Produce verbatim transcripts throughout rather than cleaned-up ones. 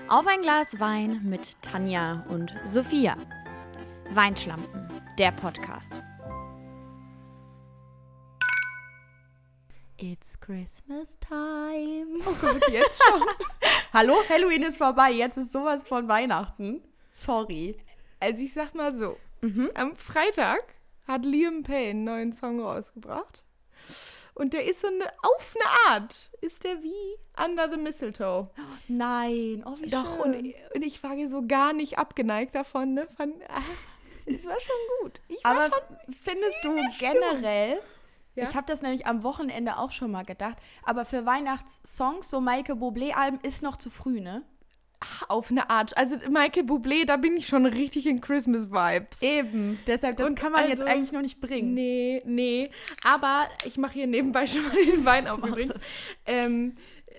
Auf ein Glas Wein mit Tanja und Sophia. Weinschlampen, der Podcast. It's Christmas time. Oh Gott, jetzt schon. Hallo, Halloween ist vorbei. Jetzt ist sowas von Weihnachten. Sorry. Also ich sag mal so, mhm. am Freitag hat Liam Payne einen neuen Song rausgebracht. Und der ist so eine, auf eine Art, ist der wie Under the Mistletoe. Nein, oh wie Doch, schön. und, und ich war so gar nicht abgeneigt davon, ne? Fand, ah, es war schon gut. Ich war Aber schon findest du generell, ja? ich habe das nämlich am Wochenende auch schon mal gedacht, aber für Weihnachtssongs, so Michael Bublé-Alben, ist noch zu früh, ne? Ach, auf eine Art. Also Michael Bublé, da bin ich schon richtig in Christmas-Vibes. Eben, deshalb, das Und kann man also, jetzt eigentlich noch nicht bringen. Nee, nee. Aber ich mache hier nebenbei schon mal den Wein auf übrigens. Ähm,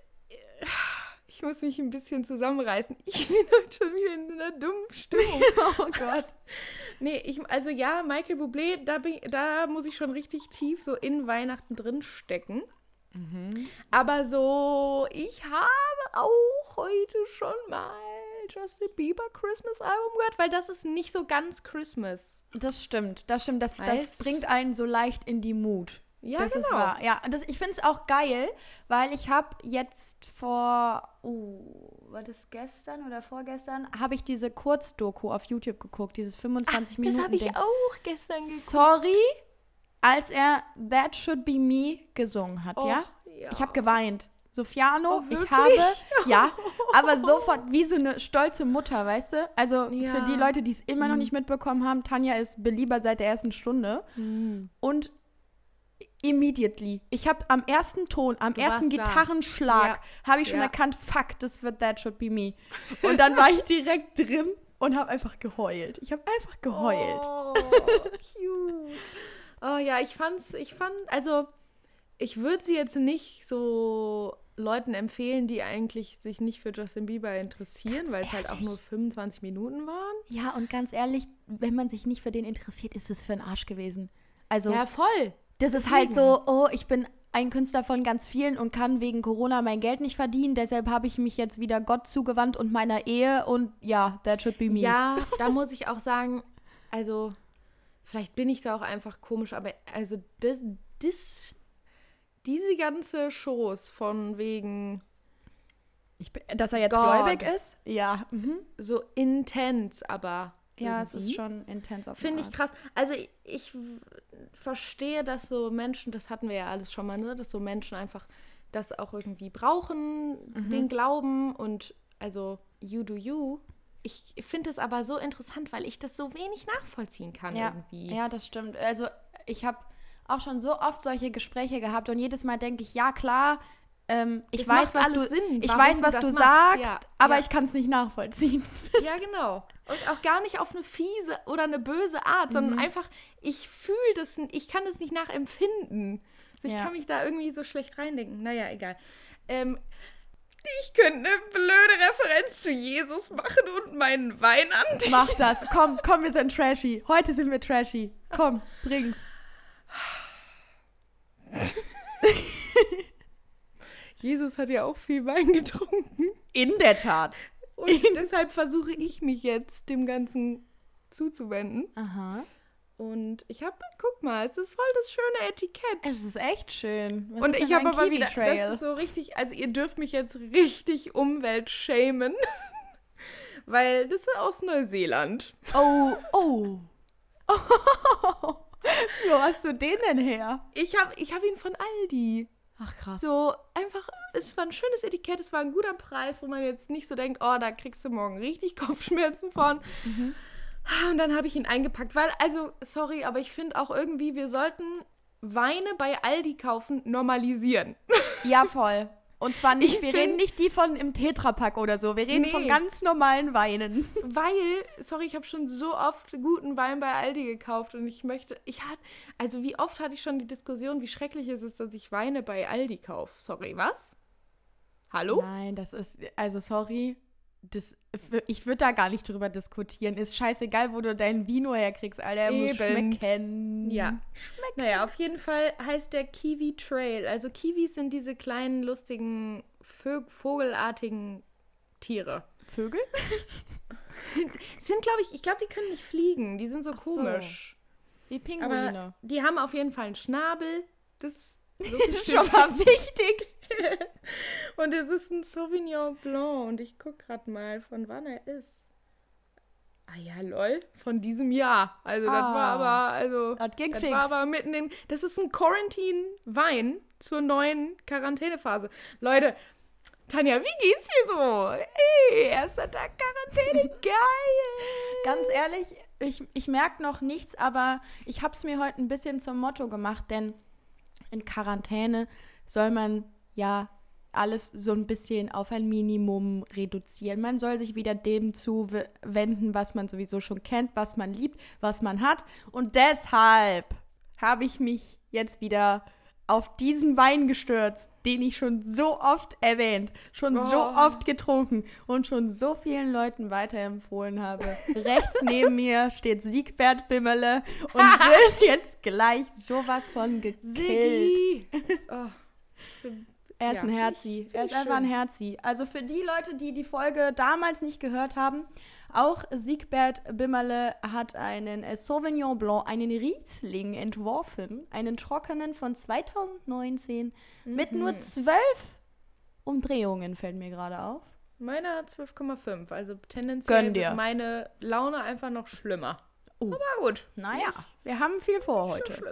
ich muss mich ein bisschen zusammenreißen. Ich bin heute schon wieder in einer dummen Stimmung. Oh Gott. Nee, ich, also ja, Michael Bublé, da, bin, da muss ich schon richtig tief so in Weihnachten drin stecken. Mhm. Aber so, ich habe auch heute schon mal Justin Bieber Christmas Album gehört, weil das ist nicht so ganz Christmas. Das stimmt, das stimmt. Das, das Heißt- bringt einen so leicht in die Mut. Ja, das genau. ist wahr. Ja, das, ich finde es auch geil, weil ich habe jetzt vor, oh, war das gestern oder vorgestern, habe ich diese Kurzdoku auf YouTube geguckt, dieses fünfundzwanzig Ach, Minuten. das habe ich Ding. auch gestern geguckt. Sorry, als er That Should Be Me gesungen hat, Oh, ja? ja. Ich habe geweint. Sofiano, Oh, ich wirklich? habe, ja, aber sofort wie so eine stolze Mutter, weißt du? Also Ja. für die Leute, die es immer noch Mhm. nicht mitbekommen haben, Tanja ist belieber seit der ersten Stunde. Mhm. Und immediately, ich habe am ersten Ton, am Du ersten warst da. Gitarrenschlag, Ja. habe ich schon Ja. erkannt, fuck, das wird That Should Be Me. Und dann war ich direkt drin und habe einfach geheult. Ich habe einfach geheult. Oh, cute. Oh ja, ich fand's, ich fand, also ich würde sie jetzt nicht so Leuten empfehlen, die eigentlich sich nicht für Justin Bieber interessieren, Ganz weil es halt auch ehrlich. nur fünfundzwanzig Minuten waren. Ja, und ganz ehrlich, wenn man sich nicht für den interessiert, ist es für einen Arsch gewesen. Also, Ja, voll. das ist deswegen. halt so, oh, ich bin ein Künstler von ganz vielen und kann wegen Corona mein Geld nicht verdienen, deshalb habe ich mich jetzt wieder Gott zugewandt und meiner Ehe und ja, that should be me. Ja, da muss ich auch sagen, also vielleicht bin ich da auch einfach komisch, aber also das, das diese ganze Shows von wegen Ich bin, dass er jetzt God. gläubig ist? Ja. Mhm. so intens, aber Ja, es ist irgendwie. schon intens auf Finde eine ich Art. krass. Also ich, ich w- verstehe, dass so Menschen, das hatten wir ja alles schon mal, ne, dass so Menschen einfach das auch irgendwie brauchen, Mhm. den Glauben und also you do you. Ich finde es aber so interessant, weil ich das so wenig nachvollziehen kann Ja, irgendwie. ja, das stimmt. Also ich habe auch schon so oft solche Gespräche gehabt und jedes Mal denke ich, ja klar, ähm, ich Das weiß, macht was du, alles Sinn, ich warum weiß, du was das du machst, sagst, ja, aber ja. ich kann es nicht nachvollziehen. Ja, genau. Und auch gar nicht auf eine fiese oder eine böse Art, sondern Mhm. einfach, ich fühle das, n- ich kann das nicht nachempfinden. Also ich Ja. kann mich da irgendwie so schlecht reindenken. Naja, egal. Ähm, ich könnte eine blöde Referenz zu Jesus machen und meinen Wein an. Mach das. Komm, komm, wir sind trashy. Heute sind wir trashy. Komm, bring's. Jesus hat ja auch viel Wein getrunken. In der Tat. Und deshalb versuche ich mich jetzt dem Ganzen zuzuwenden. Aha. Und ich habe, guck mal, es ist voll das schöne Etikett. Es ist echt schön. Was Und ist ich denn habe ein aber wieder, Kiwi-Trail? das ist so richtig, also ihr dürft mich jetzt richtig umweltshamen, weil das ist aus Neuseeland. Oh, oh. Wo hast du den denn her? Ich habe ich hab ihn von Aldi. Ach, krass. So einfach, es war ein schönes Etikett, es war ein guter Preis, wo man jetzt nicht so denkt, oh, da kriegst du morgen richtig Kopfschmerzen von. Mhm. Und dann habe ich ihn eingepackt, weil, also, sorry, aber ich finde auch irgendwie, wir sollten Weine bei Aldi kaufen normalisieren. Ja, voll. Und zwar nicht, Ich wir find- reden nicht die von im Tetrapack oder so. Wir reden Nee. von ganz normalen Weinen. Weil, sorry, ich habe schon so oft guten Wein bei Aldi gekauft und ich möchte, ich hatte, also wie oft hatte ich schon die Diskussion, wie schrecklich ist es, dass ich Weine bei Aldi kaufe. Sorry, was? Hallo? Nein, das ist, also sorry, das, ich würde da gar nicht drüber diskutieren. Ist scheißegal, wo du dein Vino herkriegst, Alter. Er muss Eben. schmecken. Ja. Naja, auf jeden Fall heißt der Kiwi Trail. Also Kiwis sind diese kleinen, lustigen, Vö- vogelartigen Tiere. Vögel? Sind, glaube ich, ich glaube, die können nicht fliegen. Die sind so Ach so. komisch. Wie Pinguine. Aber die haben auf jeden Fall einen Schnabel. Das, so Das ist schon mal wichtig. Und es ist ein Sauvignon Blanc. Und ich gucke gerade mal, von wann er ist. Ah ja, lol. Von diesem Jahr. Also das Ah, war aber, also, das ging das fix. war aber mitten in, das ist ein Quarantine-Wein zur neuen Quarantänephase. Leute, Tanja, wie geht's dir so? Hey, erster Tag Quarantäne, geil. Ganz ehrlich, ich, ich merke noch nichts, aber ich habe es mir heute ein bisschen zum Motto gemacht, denn in Quarantäne soll man ja alles so ein bisschen auf ein Minimum reduzieren. Man soll sich wieder dem zuwenden, was man sowieso schon kennt, was man liebt, was man hat. Und deshalb habe ich mich jetzt wieder auf diesen Wein gestürzt, den ich schon so oft erwähnt, schon Oh. so oft getrunken und schon so vielen Leuten weiterempfohlen habe. Rechts neben mir steht Siegbert Bimmerle und wird jetzt gleich sowas von gekillt. Siggi. Oh, ich bin, Er ist ja, ein find Herzi. ich- find Er ich ist einfach ein schön. Herzi. Also für die Leute, die die Folge damals nicht gehört haben, auch Siegbert Bimmerle hat einen äh, Sauvignon Blanc, einen Riesling entworfen, einen trockenen von zweitausendneunzehn mit nur zwölf Umdrehungen, fällt mir gerade auf. Meiner hat zwölf Komma fünf, also tendenziell Gönn dir. wird meine Laune einfach noch schlimmer. Oh. Aber gut. Naja, wir haben viel vor Nicht so heute. schlimm.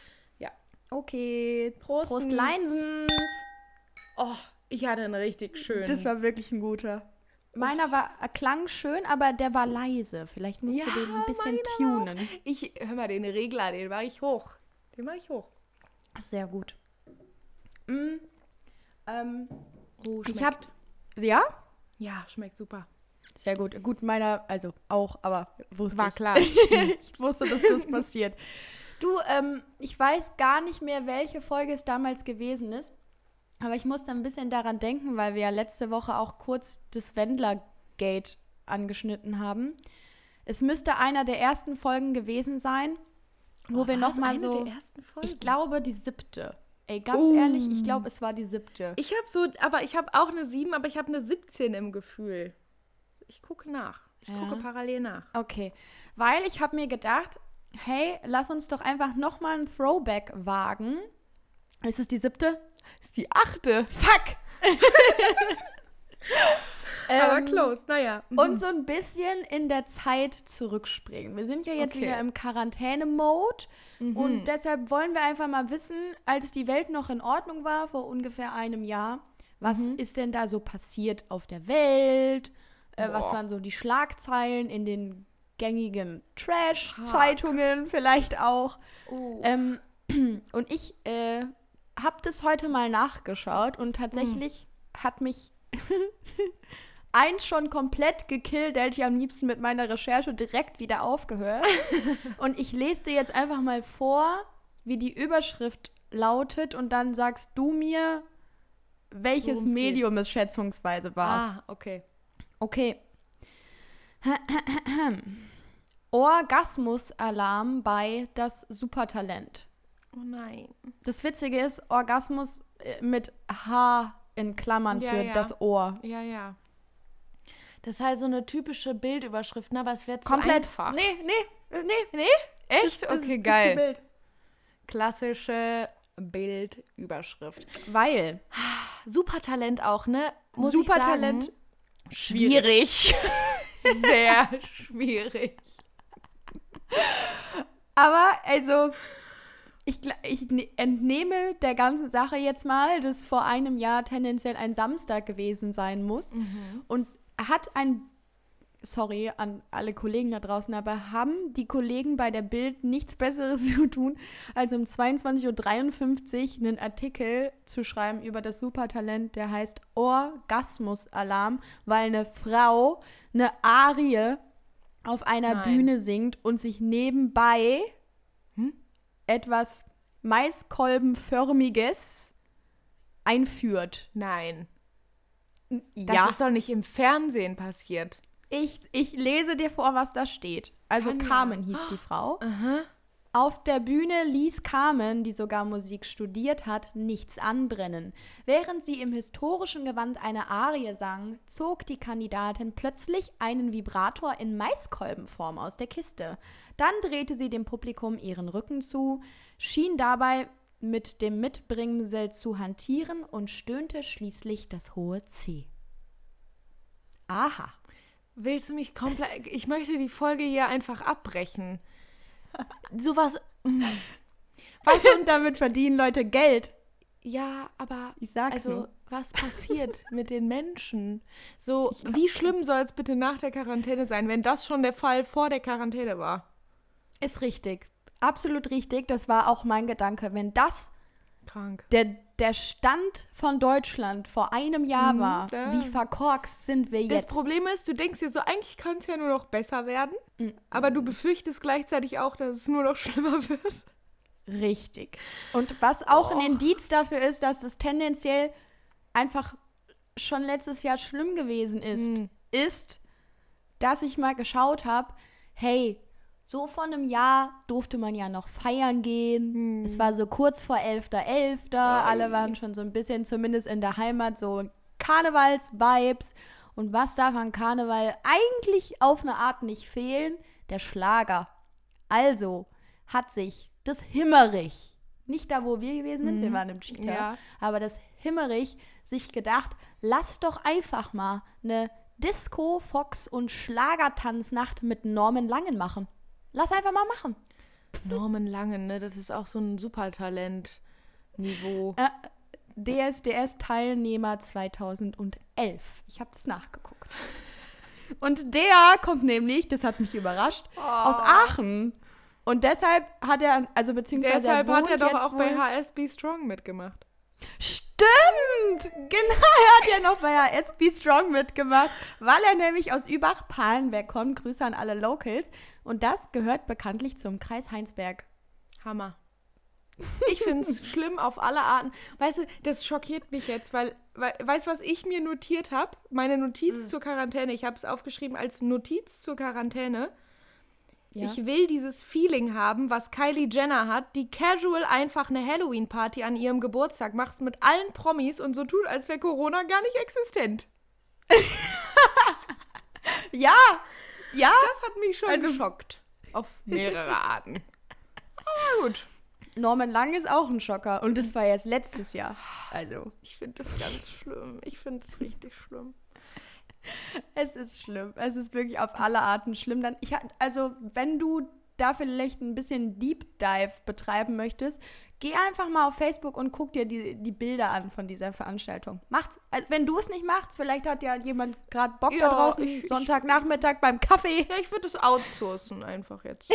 Okay, Prost, Prost Prostens. Leinsens. Oh, ich hatte einen richtig schönen. Das war wirklich ein guter. Meiner war, er klang schön, aber der war leise. Vielleicht musst Ja, du den ein bisschen meiner tunen. Ich, hör mal, den Regler, den war ich hoch. Den war ich hoch. Sehr gut. Mm, ähm, Oh, ich hab, ja? Ja, schmeckt super. Sehr gut. Gut, meiner, also auch, aber wusste War ich. klar. Ich wusste, dass das passiert. Du, ähm, ich weiß gar nicht mehr, welche Folge es damals gewesen ist, aber ich musste ein bisschen daran denken, weil wir ja letzte Woche auch kurz das Wendler-Gate angeschnitten haben. Es müsste einer der ersten Folgen gewesen sein, wo Oh, wir war noch es mal eine so, der ersten Folgen? ich glaube die siebte. Ey, ganz Oh. ehrlich, ich glaube, es war die siebte. Ich habe so, aber ich habe auch eine sieben, aber ich habe eine siebzehn im Gefühl. Ich gucke nach. Ich Ja. gucke parallel nach. Okay, weil ich habe mir gedacht, hey, lass uns doch einfach noch mal ein Throwback wagen. Ist es die siebte? Ist die achte. Fuck! Aber Ähm, close, naja. Mhm. Und so ein bisschen in der Zeit zurückspringen. Wir sind ja jetzt Okay. wieder im Quarantäne-Mode Mhm. und deshalb wollen wir einfach mal wissen, als die Welt noch in Ordnung war, vor ungefähr einem Jahr, was Mhm. ist denn da so passiert auf der Welt? Äh, was Boah. waren so die Schlagzeilen in den gängigen Trash-Zeitungen vielleicht auch? Oh. Ähm, und ich äh, habe das heute mal nachgeschaut und tatsächlich hat mich eins schon komplett gekillt, da hätte ich am liebsten mit meiner Recherche direkt wieder aufgehört. Und ich lese dir jetzt einfach mal vor, wie die Überschrift lautet und dann sagst du mir, welches Worum's geht. Medium es schätzungsweise war. Ah, okay. Okay. Orgasmusalarm bei das Supertalent. Oh nein. Das Witzige ist, Orgasmus äh, mit H in Klammern Ja, für ja. das Ohr. Ja, ja. Das ist halt so eine typische Bildüberschrift, ne? Aber es wäre zu Komplett. einfach. Nee, nee, nee. Nee? Echt? Das ist- okay, ist geil. die Bild. Klassische Bildüberschrift. Weil Supertalent auch, ne? Muss Supertalent, ich sagen, schwierig. Sehr schwierig. aber also ich, gl- ich ne- entnehme der ganzen Sache jetzt mal, dass vor einem Jahr tendenziell ein Samstag gewesen sein muss und hat ein, sorry an alle Kollegen da draußen, aber haben die Kollegen bei der Bild nichts Besseres zu tun, als um zweiundzwanzig Uhr dreiundfünfzig einen Artikel zu schreiben über das Supertalent, der heißt Orgasmusalarm, weil eine Frau eine Arie auf einer Nein. Bühne singt und sich nebenbei Hm? etwas Maiskolbenförmiges einführt. Nein. Ja. Das ist doch nicht im Fernsehen passiert. Ich, ich lese dir vor, was da steht. Also Tanja. Carmen hieß die Frau. Aha. Auf der Bühne ließ Carmen, die sogar Musik studiert hat, nichts anbrennen. Während sie im historischen Gewand eine Arie sang, zog die Kandidatin plötzlich einen Vibrator in Maiskolbenform aus der Kiste. Dann drehte sie dem Publikum ihren Rücken zu, schien dabei mit dem Mitbringsel zu hantieren und stöhnte schließlich das hohe C. Aha. Willst du mich komplett... Ich möchte die Folge hier einfach abbrechen. Sowas... Was und damit verdienen Leute Geld. Ja, aber... Ich sag's Also, nur. was passiert mit den Menschen? So, wie schlimm soll es bitte nach der Quarantäne sein, wenn das schon der Fall vor der Quarantäne war? Ist richtig. Absolut richtig. Das war auch mein Gedanke. Wenn das Krank. der, der Stand von Deutschland vor einem Jahr Mhm, war, ja. wie verkorkst sind wir Das jetzt? Problem ist, du denkst dir so, eigentlich kann es ja nur noch besser werden, Mhm. aber du befürchtest gleichzeitig auch, dass es nur noch schlimmer wird. Richtig. Und was auch ein Och. Indiz dafür ist, dass es tendenziell einfach schon letztes Jahr schlimm gewesen ist, Mhm. ist, dass ich mal geschaut habe, hey, so vor einem Jahr durfte man ja noch feiern gehen. Hm. Es war so kurz vor elfter elfter Alle waren schon so ein bisschen, zumindest in der Heimat, so Karnevals-Vibes. Und was darf an Karneval eigentlich auf eine Art nicht fehlen? Der Schlager. Also hat sich das Himmerich, nicht da, wo wir gewesen sind, wir waren im Cheetah, Ja. aber das Himmerich sich gedacht, lass doch einfach mal eine Disco, Fox und Schlagertanznacht mit Norman Langen machen. Lass einfach mal machen. Norman Langen, ne? Das ist auch so ein Supertalent-Niveau. Äh, D S D S-Teilnehmer zweitausendelf. Ich habe das nachgeguckt. Und der kommt nämlich, das hat mich überrascht, Oh. aus Aachen. Und deshalb hat er, also beziehungsweise Deshalb er hat wohnt er doch jetzt auch wohl, bei H S Be Strong mitgemacht. Stimmt! Genau, er hat ja noch bei H S Be Strong mitgemacht, weil er nämlich aus Übach-Palenberg kommt. Grüße an alle Locals. Und das gehört bekanntlich zum Kreis Heinsberg. Hammer. Ich finde es schlimm auf alle Arten. Weißt du, das schockiert mich jetzt, weil, weil weißt du, was ich mir notiert habe? Meine Notiz Mhm. zur Quarantäne. Ich habe es aufgeschrieben als Notiz zur Quarantäne. Ja. Ich will dieses Feeling haben, was Kylie Jenner hat, die casual einfach eine Halloween-Party an ihrem Geburtstag macht mit allen Promis und so tut, als wäre Corona gar nicht existent. Ja, ja. Das hat mich schon Also- geschockt. Auf mehrere Arten. Aber gut. Norman Lang ist auch ein Schocker. Und das war jetzt letztes Jahr. Also, Ich finde das ganz schlimm. Ich finde es richtig schlimm. es ist schlimm. Es ist wirklich auf alle Arten schlimm. Dann, ich, ha- also, wenn du da vielleicht ein bisschen Deep Dive betreiben möchtest, geh einfach mal auf Facebook und guck dir die, die Bilder an von dieser Veranstaltung. Macht's. Also, wenn du es nicht machst, vielleicht hat ja jemand gerade Bock Ja, da draußen, ich- ich- Sonntagnachmittag beim Kaffee. Ja, ich würde das outsourcen einfach jetzt.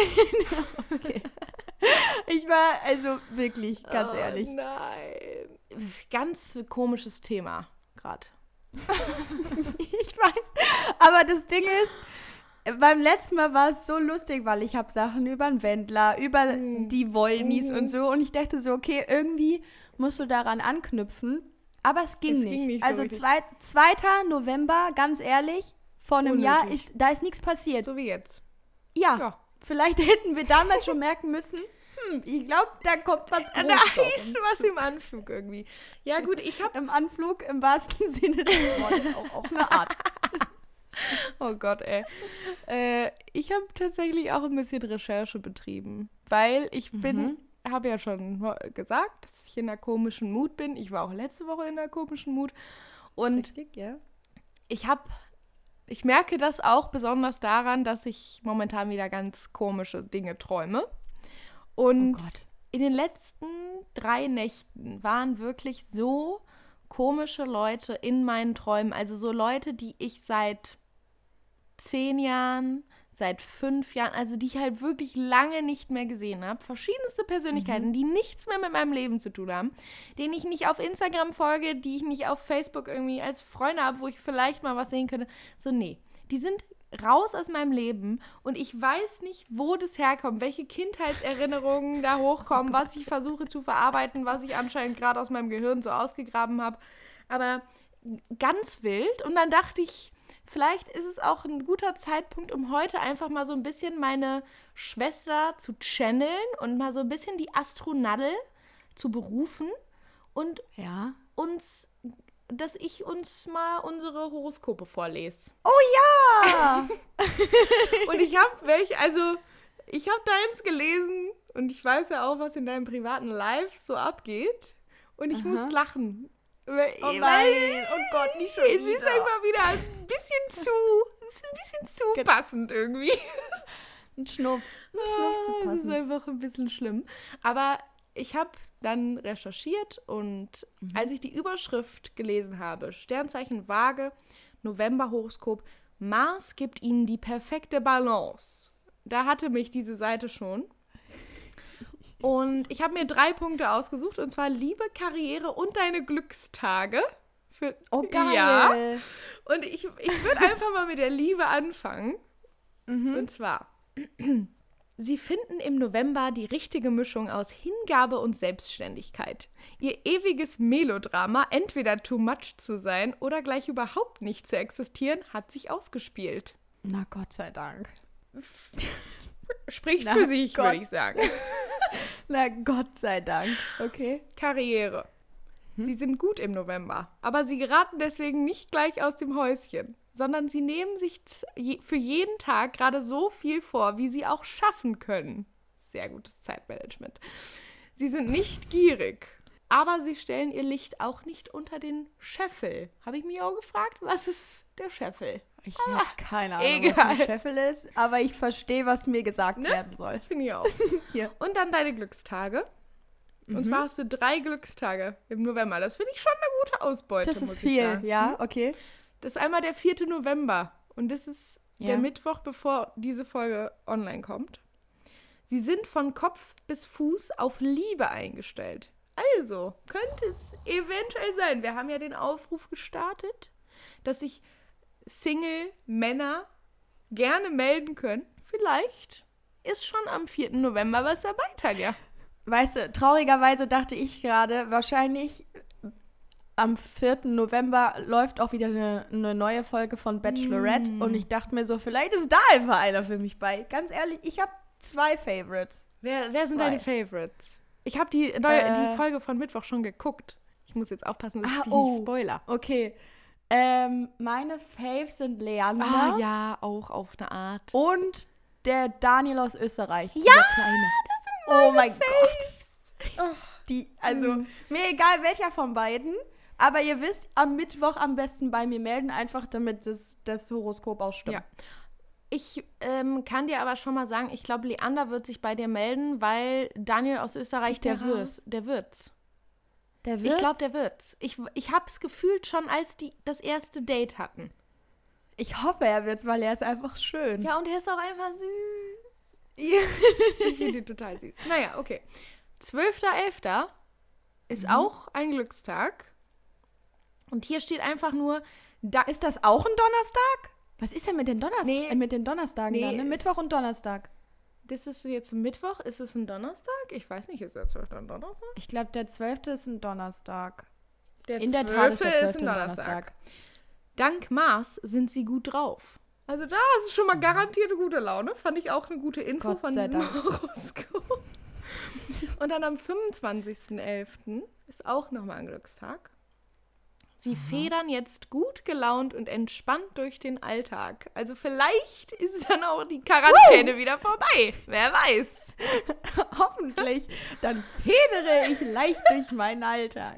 Ich war, also wirklich, ganz Oh, ehrlich. Nein. Ganz komisches Thema gerade. Ich weiß. Aber das Ding ist, beim letzten Mal war es so lustig, weil ich habe Sachen über den Wendler, über Mhm. die Wollmis Mhm. und so. Und ich dachte so, okay, irgendwie musst du daran anknüpfen. Aber es ging Es nicht. ging nicht so also richtig. zwei, zweiter November, ganz ehrlich, vor einem Unnötig. Jahr, ist, da ist nichts passiert. So wie jetzt. Ja, Ja. vielleicht hätten wir damals schon merken müssen, hm, ich glaube, da kommt was Da Großes auf ist uns was zu. im Anflug irgendwie. Ja gut, ich habe... Im Anflug, im wahrsten Sinne des Wortes, auch auf eine Art. Oh Gott, ey. Äh, ich habe tatsächlich auch ein bisschen Recherche betrieben, weil ich bin, habe ja schon gesagt, dass ich in einer komischen Mut bin. Ich war auch letzte Woche in einer komischen Mut. Und Richtig, ja. ich habe, ich merke das auch besonders daran, dass ich momentan wieder ganz komische Dinge träume. Und Oh Gott. in den letzten drei Nächten waren wirklich so komische Leute in meinen Träumen. Also so Leute, die ich seit zehn Jahren, seit fünf Jahren, also die ich halt wirklich lange nicht mehr gesehen habe. Verschiedenste Persönlichkeiten, Mhm. die nichts mehr mit meinem Leben zu tun haben, denen ich nicht auf Instagram folge, die ich nicht auf Facebook irgendwie als Freunde habe, wo ich vielleicht mal was sehen könnte. So, nee. Die sind raus aus meinem Leben und ich weiß nicht, wo das herkommt, welche Kindheitserinnerungen da hochkommen, was ich versuche zu verarbeiten, was ich anscheinend gerade aus meinem Gehirn so ausgegraben habe. Aber ganz wild. Und dann dachte ich, vielleicht ist es auch ein guter Zeitpunkt, um heute einfach mal so ein bisschen meine Schwester zu channeln und mal so ein bisschen die Astronaddel zu berufen und Ja. uns, dass ich uns mal unsere Horoskope vorlese. Oh ja! Und ich habe welche, also ich habe deins gelesen und ich weiß ja auch, was in deinem privaten Live so abgeht. Und ich Aha. muss lachen. Weil, Oh nein, oh Gott, nicht schon es ist wieder. einfach wieder ein bisschen zu, es ist ein bisschen zu passend irgendwie. Ein Schnuff. Ein Schnuff zu Ah, das ist passen. einfach ein bisschen schlimm. Aber ich habe dann recherchiert und Mhm. als ich die Überschrift gelesen habe, Sternzeichen Waage, November-Horoskop, Mars gibt Ihnen die perfekte Balance. Da hatte mich diese Seite schon. Und ich habe mir drei Punkte ausgesucht, und zwar Liebe, Karriere und deine Glückstage. Für, Oh, geil. Ja. Und ich, ich würde einfach mal mit der Liebe anfangen. Mhm. Und zwar, Sie finden im November die richtige Mischung aus Hingabe und Selbstständigkeit. Ihr ewiges Melodrama, entweder too much zu sein oder gleich überhaupt nicht zu existieren, hat sich ausgespielt. Na Gott sei Dank. Spricht Na für sich, Gott. würde ich sagen. Na Gott sei Dank. Okay. Karriere. Sie sind gut im November, aber sie geraten deswegen nicht gleich aus dem Häuschen, sondern sie nehmen sich z- je- für jeden Tag gerade so viel vor, wie sie auch schaffen können. Sehr gutes Zeitmanagement. Sie sind nicht gierig, aber sie stellen ihr Licht auch nicht unter den Scheffel. Habe ich mich auch gefragt, was ist der Scheffel? Ich habe keine Ahnung, egal. was ein Scheffel ist, aber ich verstehe, was mir gesagt Ne? werden soll. Finde ich auch. Hier. Und dann deine Glückstage. Und Mhm. zwar hast du drei Glückstage im November. Das finde ich schon eine gute Ausbeute, Das muss ist ich viel, sagen. ja, okay. Das ist einmal der vierte November und das ist Ja. der Mittwoch, bevor diese Folge online kommt. Sie sind von Kopf bis Fuß auf Liebe eingestellt. Also, könnte es eventuell sein, wir haben ja den Aufruf gestartet, dass sich Single-Männer gerne melden können. Vielleicht ist schon am vierten November was dabei, Tanja. Weißt du, traurigerweise dachte ich gerade, wahrscheinlich am vierten November läuft auch wieder eine, eine neue Folge von Bachelorette Mm. und ich dachte mir so, vielleicht ist da einfach einer für mich bei. Ganz ehrlich, ich habe zwei Favorites. Wer, wer sind Zwei. deine Favorites? Ich habe die, neue, Äh. die Folge von Mittwoch schon geguckt. Ich muss jetzt aufpassen, dass Ah, ich die oh. nicht spoiler. Okay, ähm, meine Faves sind Leander Ah, ja, auch auf eine Art. und der Daniel aus Österreich. Ja, dieser Kleine. das sind Oh mein Faves. Gott. Die, also, Mhm. mir egal welcher von beiden, aber ihr wisst, am Mittwoch am besten bei mir melden, einfach damit das, das Horoskop auch stimmt. Ja. Ich ähm, kann dir aber schon mal sagen, ich glaube, Leander wird sich bei dir melden, weil Daniel aus Österreich, Fliegt der der wird's. raus? Der wird's. Der Ich glaube, der wird's. Ich, ich hab's gefühlt schon, als die das erste Date hatten. Ich hoffe, er wird's, weil er ist einfach schön. Ja, und er ist auch einfach süß. Ja. Ich finde ihn total süß. Naja, okay. zwölfter elfter ist Mhm. auch ein Glückstag. Und hier steht einfach nur, da Ist das auch ein Donnerstag? Was ist denn mit den, Donnerst Nee. äh, mit den Donnerstagen Nee. dann? Ne? Mittwoch und Donnerstag. das ist jetzt ein Mittwoch, ist es ein Donnerstag? Ich weiß nicht, ist der zwölfte ein Donnerstag? Ich glaube, der zwölfte ist ein Donnerstag. Der In der Tat ist der zwölfte zwölfte ein Donnerstag. Dank Mars sind sie gut drauf. Also da ist es schon mal garantierte gute Laune. Fand ich auch eine gute Info Gott von sei diesem Dank. Horoskop. Und dann am fünfundzwanzigsten elften ist auch nochmal ein Glückstag. Sie federn jetzt gut gelaunt und entspannt durch den Alltag. Also vielleicht ist dann auch die Quarantäne wieder vorbei. Wer weiß. Hoffentlich. Dann federe ich leicht durch meinen Alltag.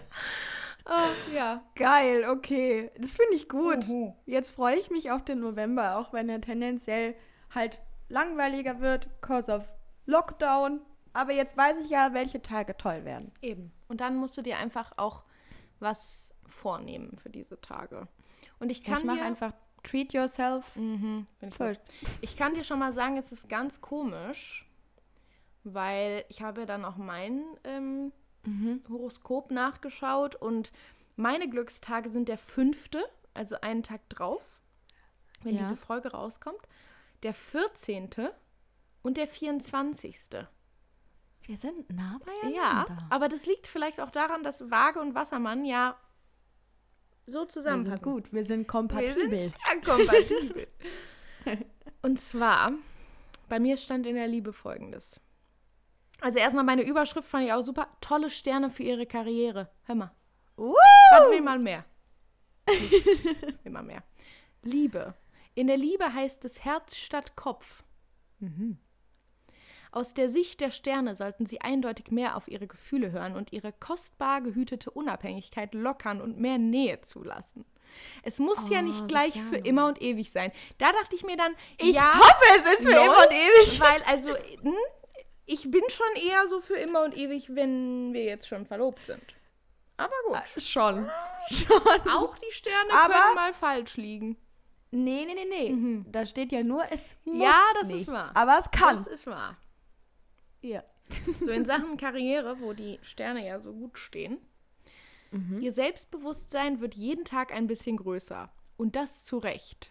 Oh, ja. Geil, okay. Das finde ich gut. Mhm. Jetzt freue ich mich auf den November, auch wenn er tendenziell halt langweiliger wird, cause of Lockdown. Aber jetzt weiß ich ja, welche Tage toll werden. Eben. Und dann musst du dir einfach auch was vornehmen für diese Tage. Und ich kann ich mache dir einfach treat yourself Mhm, bin ich first. Ich kann dir schon mal sagen, es ist ganz komisch, weil ich habe dann auch mein ähm, Mhm. Horoskop nachgeschaut und meine Glückstage sind der fünfte, also einen Tag drauf, wenn Ja. diese Folge rauskommt, der vierzehnte und der vierundzwanzigste. Wir sind nah beieinander. Ja, aber das liegt vielleicht auch daran, dass Waage und Wassermann ja so zusammenpassen. Wir sind gut, wir sind kompatibel. Wir sind ja kompatibel. Und zwar, bei mir stand in der Liebe Folgendes. Also erstmal meine Überschrift fand ich auch super. Tolle Sterne für ihre Karriere. Hör mal. Uh! Was will man mehr? Nichts. Immer mehr. Liebe. In der Liebe heißt es Herz statt Kopf. Mhm. Aus der Sicht der Sterne sollten sie eindeutig mehr auf ihre Gefühle hören und ihre kostbar gehütete Unabhängigkeit lockern und mehr Nähe zulassen. Es muss oh, ja nicht gleich für immer und ewig sein. Da dachte ich mir dann, ich ja, hoffe, es ist für lol, immer und ewig. Weil also, hm, ich bin schon eher so für immer und ewig, wenn wir jetzt schon verlobt sind. Aber gut. Äh, schon. schon. Auch die Sterne Aber können mal falsch liegen. Nee, nee, nee, nee. Mhm. Da steht ja nur, es muss ja, das nicht. ist wahr. Aber es kann. Das ist wahr. Ja. So in Sachen Karriere, wo die Sterne ja so gut stehen. Mhm. Ihr Selbstbewusstsein wird jeden Tag ein bisschen größer. Und das zu Recht.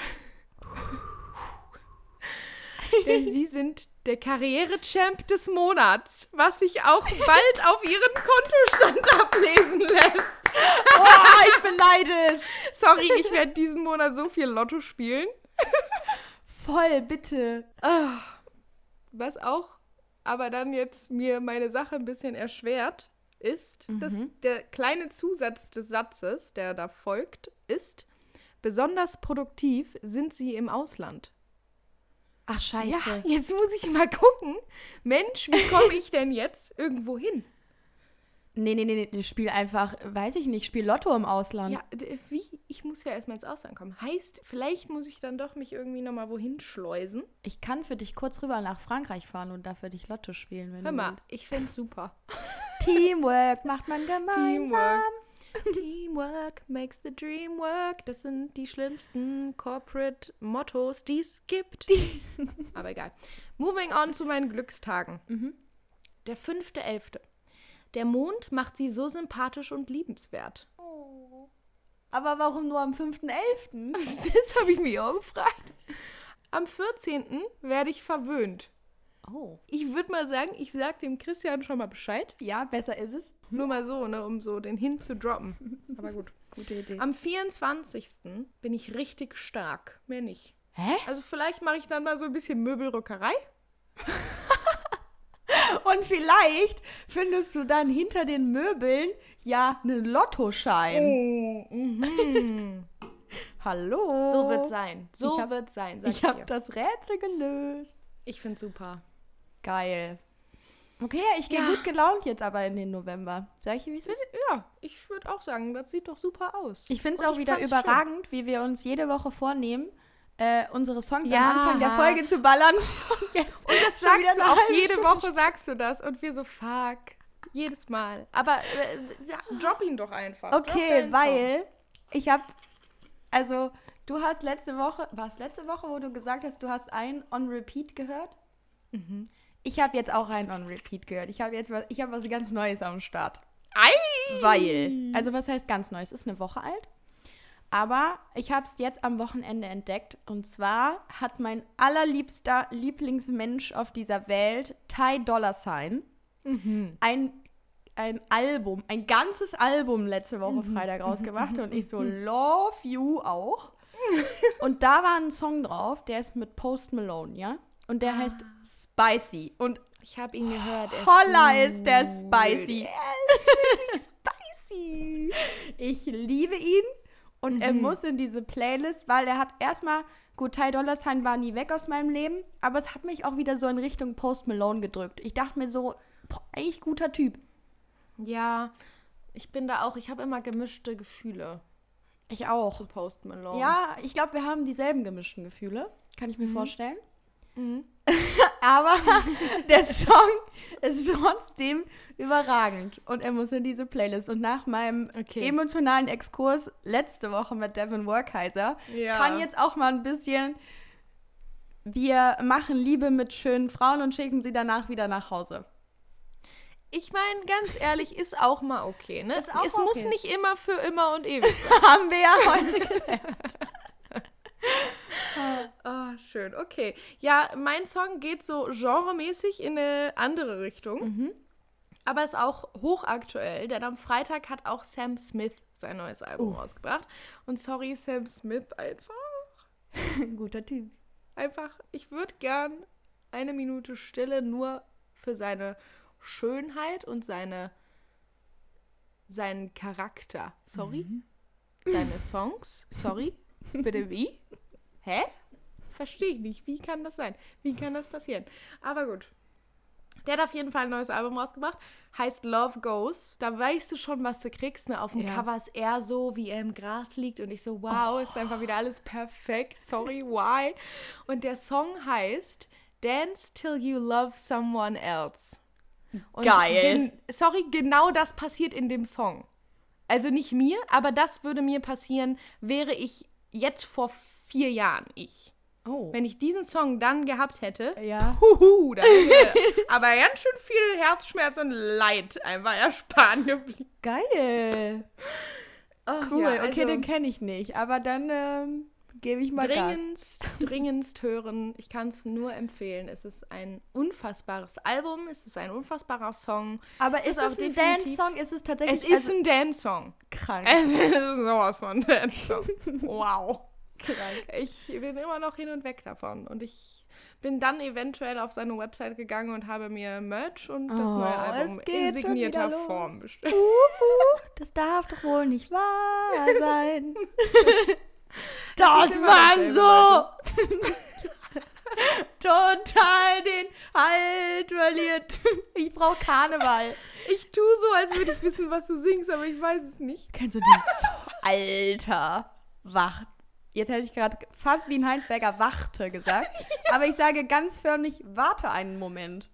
Denn sie sind der Karriere-Champ des Monats, was sich auch bald auf ihren Kontostand ablesen lässt. Oh, ich bin neidisch. Sorry, ich werde diesen Monat so viel Lotto spielen. Voll, bitte. Oh, was auch aber dann jetzt mir meine Sache ein bisschen erschwert, ist, mhm. dass der kleine Zusatz des Satzes, der da folgt, ist, besonders produktiv sind sie im Ausland. Ach, scheiße. Ja, jetzt muss ich mal gucken. Mensch, wie komme ich denn jetzt irgendwo hin? Nee, nee, nee, nee, spiel einfach, weiß ich nicht, spiel Lotto im Ausland. Ja, wie? Ich muss ja erstmal ins Ausland kommen. Heißt, vielleicht muss ich dann doch mich irgendwie nochmal wohin schleusen. Ich kann für dich kurz rüber nach Frankreich fahren und dafür dich Lotto spielen, wenn Hör du mal, willst. ich find's super. Teamwork macht man gemeinsam. Teamwork. Teamwork makes the dream work. Das sind die schlimmsten Corporate Mottos, die es gibt. Aber egal. Moving on zu meinen Glückstagen. Mhm. Der fünfte elfte. Der Mond macht sie so sympathisch und liebenswert. Oh. Aber warum nur am fünften elften? Das habe ich mich auch gefragt. Am vierzehnten werde ich verwöhnt. Oh. Ich würde mal sagen, ich sage dem Christian schon mal Bescheid. Ja, besser ist es. Nur mal so, ne, um so den Hin zu droppen. Aber gut. Gute Idee. Am vierundzwanzigsten bin ich richtig stark. Mehr nicht. Hä? Also vielleicht mache ich dann mal so ein bisschen Möbelrückerei. Und vielleicht findest du dann hinter den Möbeln ja einen Lottoschein. Oh, mhm. Hallo. So wird's sein. So wird's sein, sag ich Ich habe dir. das Rätsel gelöst. Ich find's super. Geil. Okay, ich gehe Ja. gut gelaunt jetzt aber in den November. Sag ich, wie es ist? Ja, ich würde auch sagen, das sieht doch super aus. Ich finde es Und auch ich wieder fand's überragend, wie wir uns jede Woche vornehmen, äh, unsere Songs Ja. am Anfang der Folge zu ballern. Und, jetzt Und das schon wieder sagst du eine auch, halbe jede Stunde. Woche sagst du das. Und wir so, fuck. Jedes Mal. Aber äh, ja, drop ihn doch einfach. Drop Okay, deinen weil ich habe, also du hast letzte Woche, war es letzte Woche, wo du gesagt hast, du hast einen On Repeat gehört? Mhm. Ich habe jetzt auch einen On Repeat gehört. Ich habe jetzt was, ich habe was ganz Neues am Start. Ei! Weil, also was heißt ganz neu? Es ist eine Woche alt. Aber ich habe es jetzt am Wochenende entdeckt. Und zwar hat mein allerliebster Lieblingsmensch auf dieser Welt, Ty Dolla Sign, Mhm. ein, ein Album, ein ganzes Album letzte Woche Freitag rausgebracht. Und ich so, love you auch. Und da war ein Song drauf, der ist mit Post Malone, ja? Und der heißt Spicy. Und Ich habe ihn gehört. Er ist holla gut. ist der Spicy. Er ist wirklich spicy. Ich liebe ihn. Und Mhm. er muss in diese Playlist, weil er hat erstmal, gut, Ty Dolla Sign war nie weg aus meinem Leben, aber es hat mich auch wieder so in Richtung Post Malone gedrückt. Ich dachte mir so, boah, eigentlich guter Typ. Ja, ich bin da auch, ich habe immer gemischte Gefühle Ich auch. zu Post Malone. Ja, ich glaube, wir haben dieselben gemischten Gefühle. Kann ich mir vorstellen. Mhm. Aber der Song ist trotzdem überragend. Und er muss in diese Playlist. Und nach meinem Okay. emotionalen Exkurs letzte Woche mit Devin Workheiser Ja. kann jetzt auch mal ein bisschen, wir machen Liebe mit schönen Frauen und schicken sie danach wieder nach Hause. Ich meine, ganz ehrlich, ist auch mal okay, ne? Ist auch es muss okay. nicht immer für immer und ewig sein. Haben wir ja heute gelernt. Ah, schön, okay. Ja, mein Song geht so genremäßig in eine andere Richtung, Mhm. aber ist auch hochaktuell, denn am Freitag hat auch Sam Smith sein neues Album uh. rausgebracht. Und sorry, Sam Smith einfach. Guter Typ. Einfach, ich würde gern eine Minute Stille nur für seine Schönheit und seine seinen Charakter. Sorry? Mhm. Seine Songs. Sorry? Bitte wie? Hä? Verstehe ich nicht. Wie kann das sein? Wie kann das passieren? Aber gut. Der hat auf jeden Fall ein neues Album rausgebracht. Heißt Love Goes. Da weißt du schon, was du kriegst. Ne? Auf dem ja. Cover ist er so, wie er im Gras liegt. Und ich so, wow, oh. ist einfach wieder alles perfekt. Sorry, why? Und der Song heißt Dance Till You Love Someone Else. Und geil. Gen- sorry, genau das passiert in dem Song. Also nicht mir, aber das würde mir passieren, wäre ich jetzt vor vier Jahren ich. Oh. Wenn ich diesen Song dann gehabt hätte, ja. huhu, dann wäre aber ganz schön viel Herzschmerz und Leid einfach ersparen geblieben. Geil. Oh, cool, ja, also okay, den kenne ich nicht, aber dann ähm, gebe ich mal dringendst, Gas. Dringendst hören, ich kann es nur empfehlen. Es ist ein unfassbares Album, es ist ein unfassbarer Song. Aber es ist es ein Dance-Song? Ist es tatsächlich? Es ist also ein Dance-Song. Krank. Es ist sowas von Dance-Song. Wow. Krank. Ich bin immer noch hin und weg davon. Und ich bin dann eventuell auf seine Website gegangen und habe mir Merch und das oh, neue Album in signierter Form bestellt. Uh, uh, das darf doch wohl nicht wahr sein. Das, das man so total den Halt verliert. Ich brauche Karneval. Ich tue so, als würde ich wissen, was du singst, aber ich weiß es nicht. Kennst du den so? Alter, Wacht. Jetzt hätte ich gerade fast wie ein Heinsberger Wachte gesagt. Aber ich sage ganz förmlich, warte einen Moment.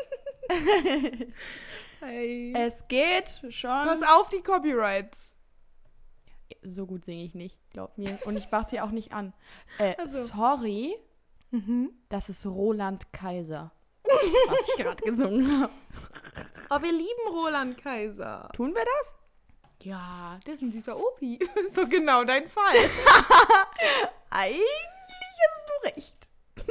Hey. Es geht schon. Pass auf die Copyrights. So gut singe ich nicht, glaub mir. Und ich mach sie auch nicht an. Äh, also. Sorry, mhm. das ist Roland Kaiser, was ich gerade gesungen habe. Aber wir lieben Roland Kaiser. Tun wir das? Ja, der ist ein süßer Opi. Ist doch genau dein Fall. Eigentlich hast du recht.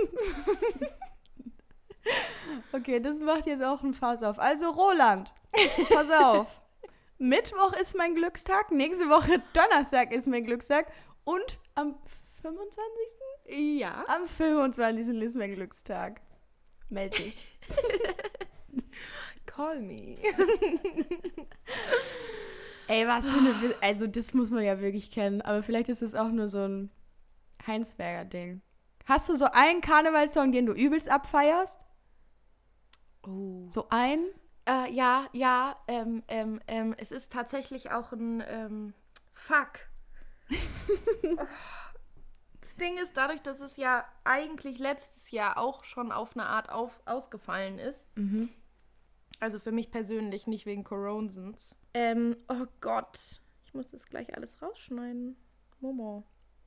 Okay, das macht jetzt auch ein Fass auf. Also Roland, pass auf. Mittwoch ist mein Glückstag, nächste Woche Donnerstag ist mein Glückstag und am fünfundzwanzigsten? Ja. Am fünfundzwanzigsten ist mein Glückstag. Meld dich. Call me. Ey, was für eine... Be- also das muss man ja wirklich kennen, aber vielleicht ist es auch nur so ein Heinsberger-Ding. Hast du so einen Karnevalssong, den du übelst abfeierst? Oh. So einen? Äh, ja, ja, ähm, ähm, ähm, es ist tatsächlich auch ein ähm, Fuck. Das Ding ist, dadurch, dass es ja eigentlich letztes Jahr auch schon auf eine Art auf, ausgefallen ist, mhm. also für mich persönlich, nicht wegen Coronasens. Ähm, oh Gott, ich muss das gleich alles rausschneiden. Momo.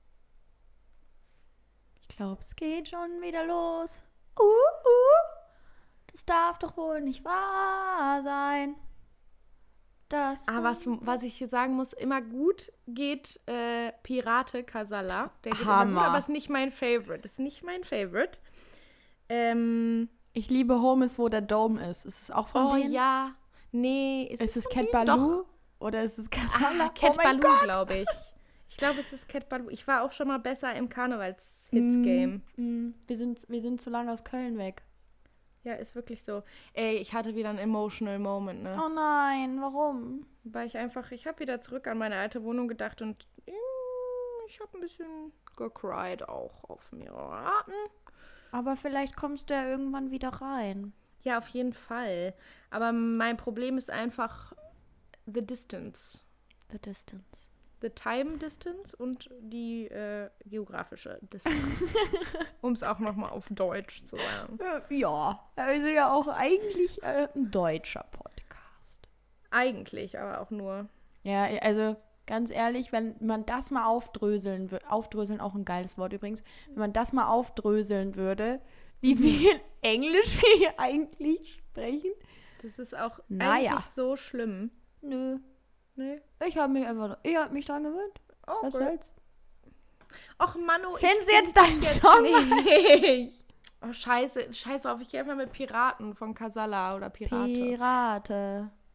Ich glaube, es geht schon wieder los. Uh, uh. Das darf doch wohl nicht wahr sein. Das ah, was, was ich hier sagen muss, immer gut geht äh, Pirate Casala. Der geht immer gut, aber ist nicht mein Favorite. Ist nicht mein Favorite. Ähm, ich liebe Home is, wo der Dome ist. Ist es auch von oh, denen? Oh ja. Nee. Ist, ist es es Cat Baloo? Oder ist es Casala? Ah, Cat oh Baloo, glaube ich. Ich glaube, es ist Cat Baloo. Ich war auch schon mal besser im Karnevals-Hits-Game. Mm, mm. Wir sind, wir sind zu lange aus Köln weg. Ja, ist wirklich so. Ey, ich hatte wieder einen emotional Moment, ne? Oh nein, warum? Weil ich einfach, ich habe wieder zurück an meine alte Wohnung gedacht und ich habe ein bisschen gecried auch auf mehrere Arten. Aber vielleicht kommst du ja irgendwann wieder rein. Ja, auf jeden Fall. Aber mein Problem ist einfach the distance. The distance. The time distance und die äh, geografische Distanz. Um es auch nochmal auf Deutsch zu sagen. Ja, wir sind ja auch eigentlich äh, ein deutscher Podcast. Eigentlich, aber auch nur. Ja, also ganz ehrlich, wenn man das mal aufdröseln würde, aufdröseln auch ein geiles Wort übrigens, wenn man das mal aufdröseln würde, wie viel Englisch wir hier eigentlich sprechen. Das ist auch naja. eigentlich so schlimm. Nö. Nee. Ich habe mich einfach, ich habe mich dran gewöhnt. Oh, was gut. soll's? Och, Manu, Findest ich du jetzt deinen jetzt Song? Nicht. Oh, scheiße, scheiße auf, ich gehe einfach mit Piraten von Casala oder Pirate. Pirate.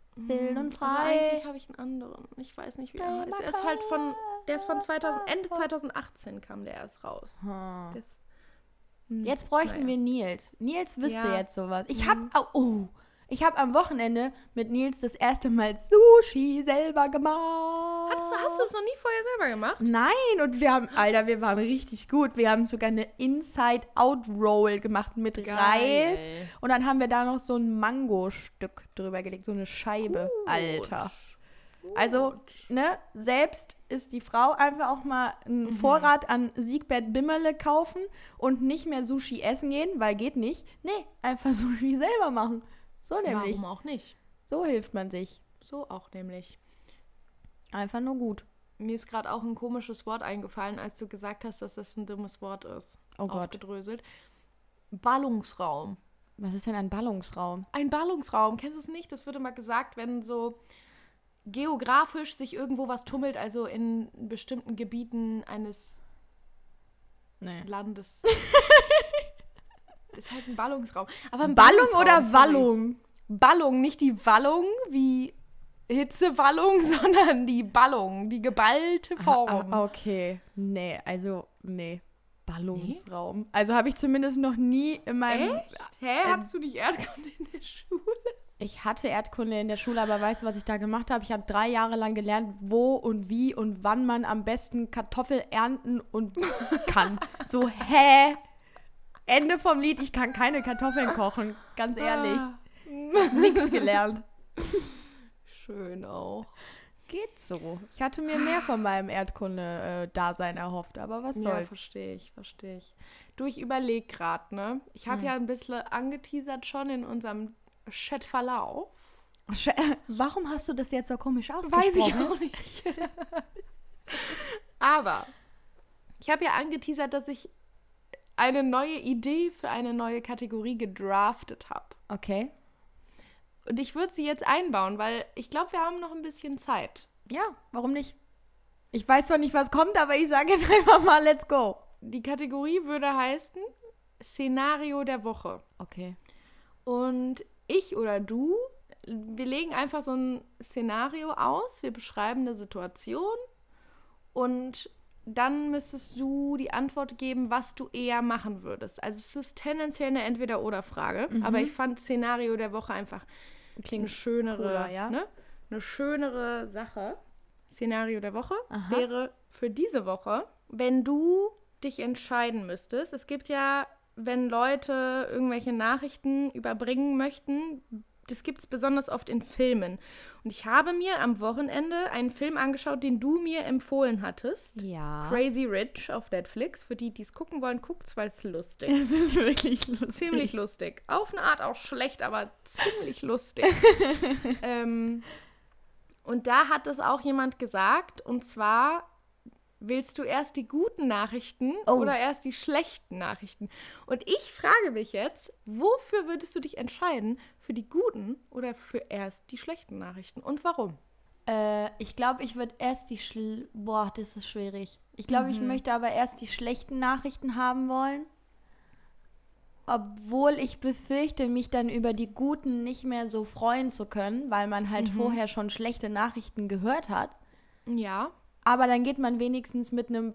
Wild und frei. Aber eigentlich habe ich einen anderen. Ich weiß nicht, wie er heißt. Er ist halt von, der ist von zweitausend, Ende zweitausendachtzehn kam der erst raus. Hm. Das, hm, Jetzt bräuchten naja. wir Nils. Nils wüsste Ja. jetzt sowas. Ich Mhm. habe oh, ich habe am Wochenende mit Nils das erste Mal Sushi selber gemacht. Hattest, hast du es noch nie vorher selber gemacht? Nein, und wir haben, Alter, wir waren richtig gut. Wir haben sogar eine Inside-Out-Roll gemacht mit Geil. Reis. Und dann haben wir da noch so ein Mangostück drüber gelegt, so eine Scheibe. Gut. Alter. Gut. Also, ne, selbst ist die Frau einfach auch mal einen Mhm. Vorrat an Siegbert Bimmerle kaufen und nicht mehr Sushi essen gehen, weil geht nicht. Nee, einfach Sushi selber machen. So nämlich. Warum auch nicht? So hilft man sich. So auch nämlich. Einfach nur gut. Mir ist gerade auch ein komisches Wort eingefallen, als du gesagt hast, dass das ein dummes Wort ist. Oh Gott. Aufgedröselt. Ballungsraum. Was ist denn ein Ballungsraum? Ein Ballungsraum, kennst du es nicht? Das wird immer gesagt, wenn so geografisch sich irgendwo was tummelt, also in bestimmten Gebieten eines Nee. Landes. Ist halt ein Ballungsraum. Aber ein Ballung Ballungsraum, oder sorry. Wallung? Ballung, nicht die Wallung wie Hitzewallung, sondern die Ballung, die geballte Form. Ah, okay. Nee, also, nee. Ballungsraum. Also habe ich zumindest noch nie in meinem... Echt? Hä? Hattest du nicht Erdkunde in der Schule? Ich hatte Erdkunde in der Schule, aber weißt du, was ich da gemacht habe? Ich habe drei Jahre lang gelernt, wo und wie und wann man am besten Kartoffel ernten und kann. So, hä? Ende vom Lied, ich kann keine Kartoffeln kochen. Ganz ehrlich. Nichts gelernt. Schön auch. Geht so. Ich hatte mir mehr von meinem Erdkunde-Dasein erhofft, aber was Ja, soll's. verstehe ich, verstehe ich. Du, ich überlege gerade, ne? Ich habe Hm. ja ein bisschen angeteasert schon in unserem Chatverlauf. Sch- Warum hast du das jetzt so komisch ausgesprochen? Weiß ich auch nicht. Aber ich habe ja angeteasert, dass ich eine neue Idee für eine neue Kategorie gedraftet habe. Okay. Und ich würde sie jetzt einbauen, weil ich glaube, wir haben noch ein bisschen Zeit. Ja, warum nicht? Ich weiß zwar nicht, was kommt, aber ich sage jetzt einfach mal, let's go. Die Kategorie würde heißen Szenario der Woche. Okay. Und ich oder du, wir legen einfach so ein Szenario aus, wir beschreiben eine Situation und dann müsstest du die Antwort geben, was du eher machen würdest. Also es ist tendenziell eine Entweder-oder-Frage, Mhm. aber ich fand Szenario der Woche einfach eine schönere, cooler, ja. ne? Eine schönere Sache. Szenario der Woche Aha. wäre für diese Woche, wenn du dich entscheiden müsstest. Es gibt ja, wenn Leute irgendwelche Nachrichten überbringen möchten, das gibt es besonders oft in Filmen. Und ich habe mir am Wochenende einen Film angeschaut, den du mir empfohlen hattest. Ja. Crazy Rich auf Netflix. Für die, die es gucken wollen, guckt's, weil es lustig ist. Es ist wirklich lustig. Ziemlich lustig. Auf eine Art auch schlecht, aber ziemlich lustig. ähm, und da hat es auch jemand gesagt, und zwar, willst du erst die guten Nachrichten Oh. oder erst die schlechten Nachrichten? Und ich frage mich jetzt, wofür würdest du dich entscheiden? Für die guten oder für erst die schlechten Nachrichten? Und warum? Äh, ich glaube, ich würde erst die Schl Boah, das ist schwierig. Ich glaube, ich möchte aber erst die schlechten Nachrichten haben wollen. Obwohl ich befürchte, mich dann über die guten nicht mehr so freuen zu können, weil man halt vorher schon schlechte Nachrichten gehört hat. Ja. Aber dann geht man wenigstens mit einem